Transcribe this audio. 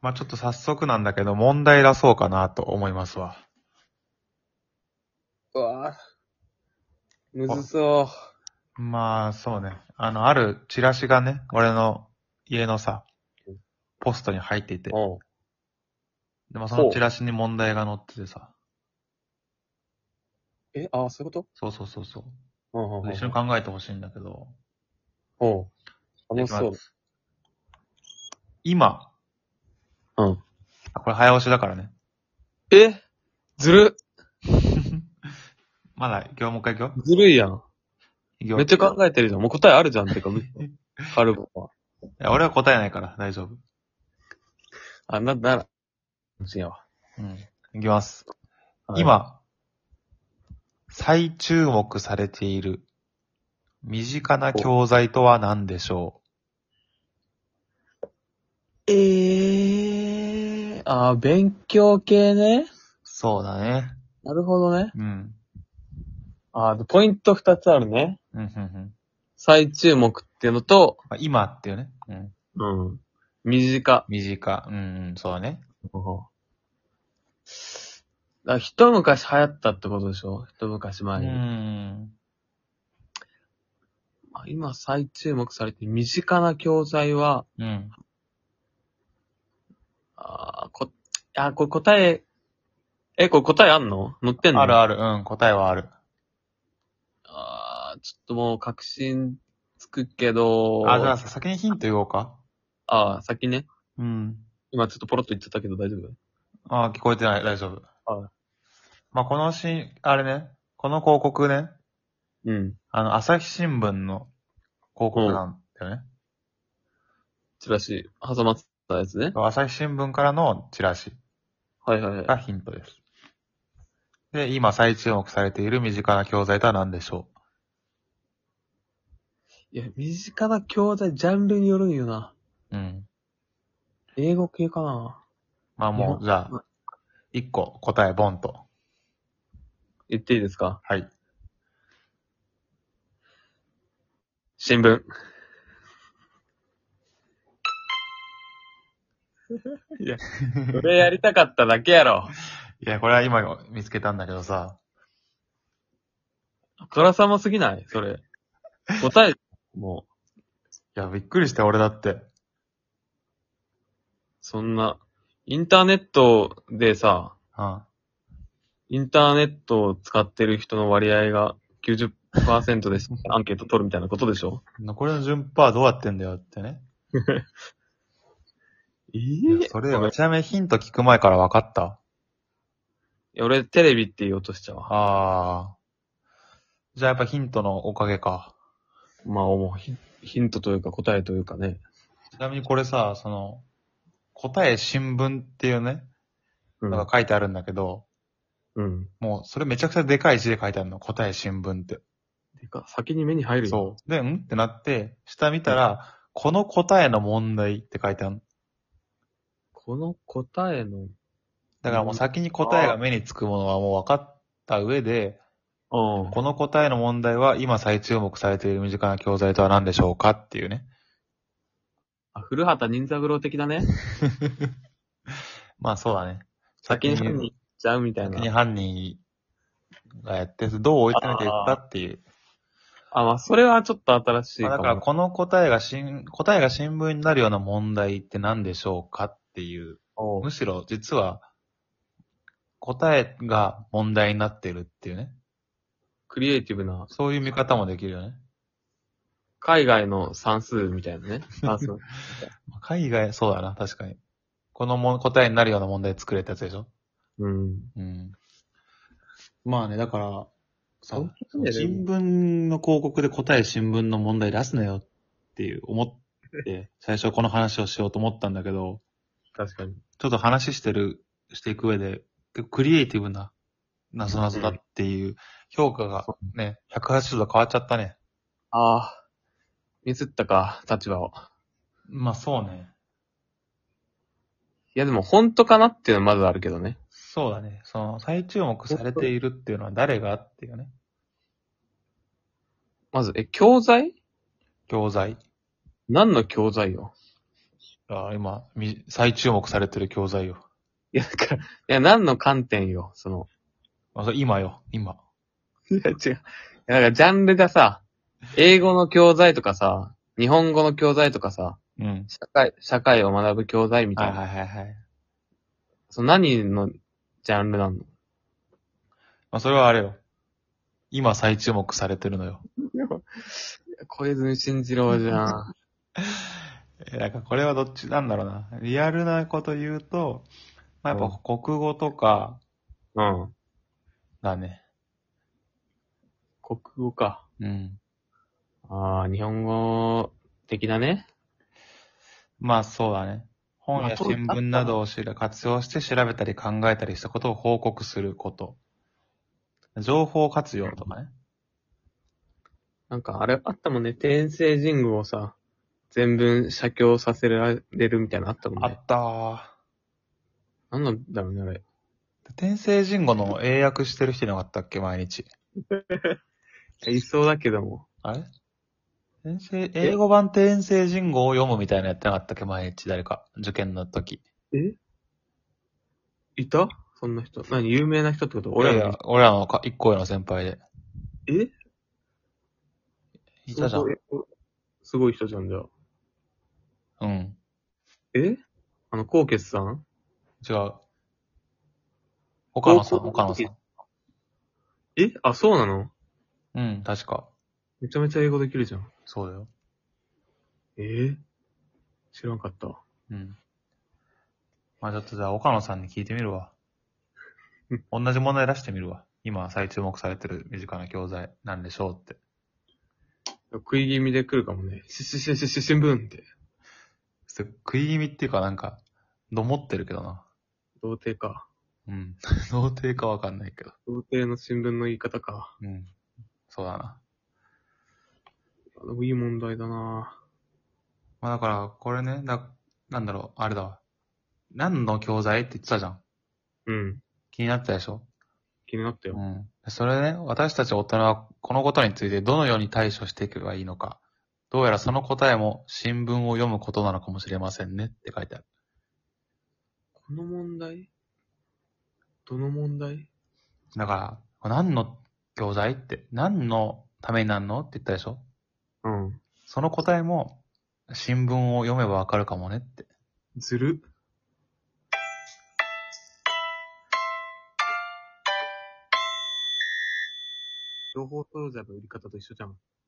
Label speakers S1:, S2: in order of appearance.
S1: まあちょっと早速なんだけど、問題出そうかなと思いますわ。
S2: うわぁ。むずそ
S1: まあそうね。あるチラシがね、俺の家のさ、ポストに入っていて。
S2: う。
S1: でもその
S2: ほう。
S1: チラシに問題が載っててさ。
S2: そういうこと
S1: そうそうそうそう。
S2: うんうんうん。
S1: 一緒に考えてほしいんだけど。
S2: ほう。
S1: じゃあい
S2: 楽しそう
S1: きます。今。
S2: だ。うん。
S1: これ早押しだからね。
S2: ずる
S1: まだ、今日もう一回行くよ。
S2: ずるいやん。
S1: いくよ。
S2: めっちゃ考えてるじゃん。もう答えあるじゃんってか、カルボは。
S1: いや、俺は答えないから大丈夫。
S2: なら、しやわ。
S1: うん。いきます。
S2: はい、
S1: 今、再注目されている身近な教材とは何でしょ
S2: 勉強系ね。
S1: う？そうだね。
S2: なるほどね。
S1: うん。
S2: ポイント二つあるね。
S1: うん、うん、うん。
S2: 再注目っていうのと、
S1: まあ、今っていうね。うん。
S2: うん。短。
S1: 身近。うん、うん、そうだね。
S2: 一昔流行ったってことでしょ？一昔
S1: う
S2: 前に。
S1: ん。
S2: 今再注目されて身近な教材は、
S1: うん。
S2: これ答え、これ答えあんの？載ってんの？
S1: あるある。うん、答えはある。
S2: ちょっともう確信つくけ
S1: じゃあ
S2: ど、
S1: 先にヒント言おうか。
S2: 先ね。
S1: うん。
S2: 今ちょっとポロッと言っちゃったけど大丈夫？
S1: 聞こえてない。大丈夫。
S2: あ
S1: まあ、このあれね。この広告ね。
S2: うん。
S1: 朝日新聞の広告なんだよね。
S2: チラシ、挟まってたやつね。
S1: 朝日新聞からのチラシ
S2: はいはいはい。
S1: がヒントです。で、今再注目されている身近な教材とは何でしょ
S2: いや、身近な教材、ジャンルによるんよな。
S1: う？うん。
S2: 英語系かな。
S1: まあもう、じゃあ、一個答えボンと。
S2: 言っていいですか？
S1: はい。
S2: 新聞。いや、それやりたかっただけやろ。
S1: いや、これは今見つけたんだけどさ。
S2: 暗さもすぎないそれ。答え、もう、
S1: いや、びっくりして俺だって。
S2: そんな、インターネットでさ、
S1: うん
S2: インターネットを使ってる人の割合が90%です。アンケート取るみたいなことでしょ？
S1: 残りの順パーどうやってんだよってね。いや、それ、
S2: ごめん。
S1: ちなみにヒント聞く前から分かった？
S2: 俺テレビって言おうとしちゃうわ。
S1: ああ。じゃあやっぱヒントのおかげか。
S2: もうヒントというか答えというかね。
S1: ちなみにこれさ、答え新聞っていうね、
S2: うん。
S1: のが書いてあるんだけど、
S2: うん。
S1: もうそれめちゃくちゃでかい字で書いてあるの。答え新聞って。
S2: 先に目に入るよ。
S1: そう。で、ってなって、下見たら、この答えの問題って書いてあるの。
S2: この答えの、
S1: だからもう先に答えが目につくものはもう分かった上で、
S2: うん。
S1: この答えの問題は今再注目されている身近な教材とは何でしょうかっていうね。
S2: 古畑任三郎的だね。
S1: まあそうだね。
S2: 先に犯人行っちゃうみたいな。
S1: 先に犯人がやって、どう追い詰めていくかっていう。
S2: それはちょっと新しいかも。
S1: だからこの答えが新聞になるような問題って何でしょうかっていう。むしろ実は答えが問題になってるっていうね。
S2: クリエイティブな。
S1: そういう見方もできるよね。
S2: 海外の算数みたいなね。算数。
S1: 海外、そうだな、確かに。この答えになるような問題作れたやつでしょ？
S2: うん。
S1: うん。まあね、だから、さ、
S2: ね
S1: 新聞の広告で答え新聞の問題出すなよっていう思って、最初この話をしようと思ったんだけど、
S2: 確かに。
S1: ちょっと話していく上で、結構クリエイティブな、なぞなぞだっていう評価がね、180度変わっちゃったね。
S2: ミスったか、立場を。
S1: まあそうね。
S2: いやでも本当かなっていうのはまずあるけどね。
S1: そうだね。再注目されているっていうのは誰がっていうね。
S2: まず、教材？
S1: 教材。
S2: 何の教材よ。
S1: 今、再注目されてる教材よ。
S2: いや、何の観点よ、その。
S1: それ今よ、今。
S2: いや、違う。いや、ジャンルがさ、英語の教材とかさ、日本語の教材とかさ、
S1: うん。
S2: 社会を学ぶ教材みたいな。
S1: はいはいはいはい。
S2: その何のジャンルなの？
S1: それはあれよ。今再注目されてるのよ。
S2: 小泉進次郎じゃん。
S1: なんかこれはどっちなんだろうな。リアルなこと言うと、やっぱ国語とか
S2: うん。
S1: だね。
S2: 国語か。
S1: うん。
S2: ああ、日本語的なね。
S1: そうだね。本や新聞などを活用して調べたり考えたりしたことを報告すること。情報活用とかね。
S2: なんかあれあったもんね。天聖人語をさ、全文写経させられるみたいなのあったもんね。
S1: あったー。
S2: なんなんだろうね、あれ。
S1: 天聖人語の英訳してる人いなかったっけ、毎日。
S2: いそうだけども。
S1: あれ英語版天聖人語を読むみたいなやってなかったっけ、毎日誰か。受験の時。
S2: えいたそんな人。何有名な人ってこと
S1: いやいや、俺らの一個上の先輩で。
S2: え
S1: いたじゃん。
S2: すごい人じゃん、じゃあ。
S1: うん。
S2: えコウケツさん
S1: 違う。岡野さん、
S2: 高校
S1: 岡野さん。
S2: あ、そうなの？
S1: うん、確か。
S2: めちゃめちゃ英語できるじゃん。
S1: そうだよ。
S2: 知らんかった。
S1: うん。ちょっとじゃあ岡野さんに聞いてみるわ。同じ問題出してみるわ。今再注目されてる身近な教材なんでしょうって。
S2: 食い気味で来るかもね。新聞って。
S1: 食い気味っていうかなんか、どもってるけどな。
S2: 童貞か。
S1: うん。童貞かわかんないけど。
S2: 童貞の新聞の言い方か。
S1: うん。そうだな。
S2: いい問題だな。
S1: だから、これね、なんだろう、あれだわ。何の教材って言ってたじゃん。
S2: うん。
S1: 気になったでしょ？
S2: 気になったよ。
S1: うん。それね、私たち大人はこのことについてどのように対処していけばいいのか。どうやらその答えも新聞を読むことなのかもしれませんねって書いてある。
S2: この問題どの問題？
S1: だから、何の教材って、何のためになるのって言ったでしょ？
S2: うん。
S1: その答えも新聞を読めばわかるかもねって。
S2: ずる。情報操作の売り方と一緒じゃん。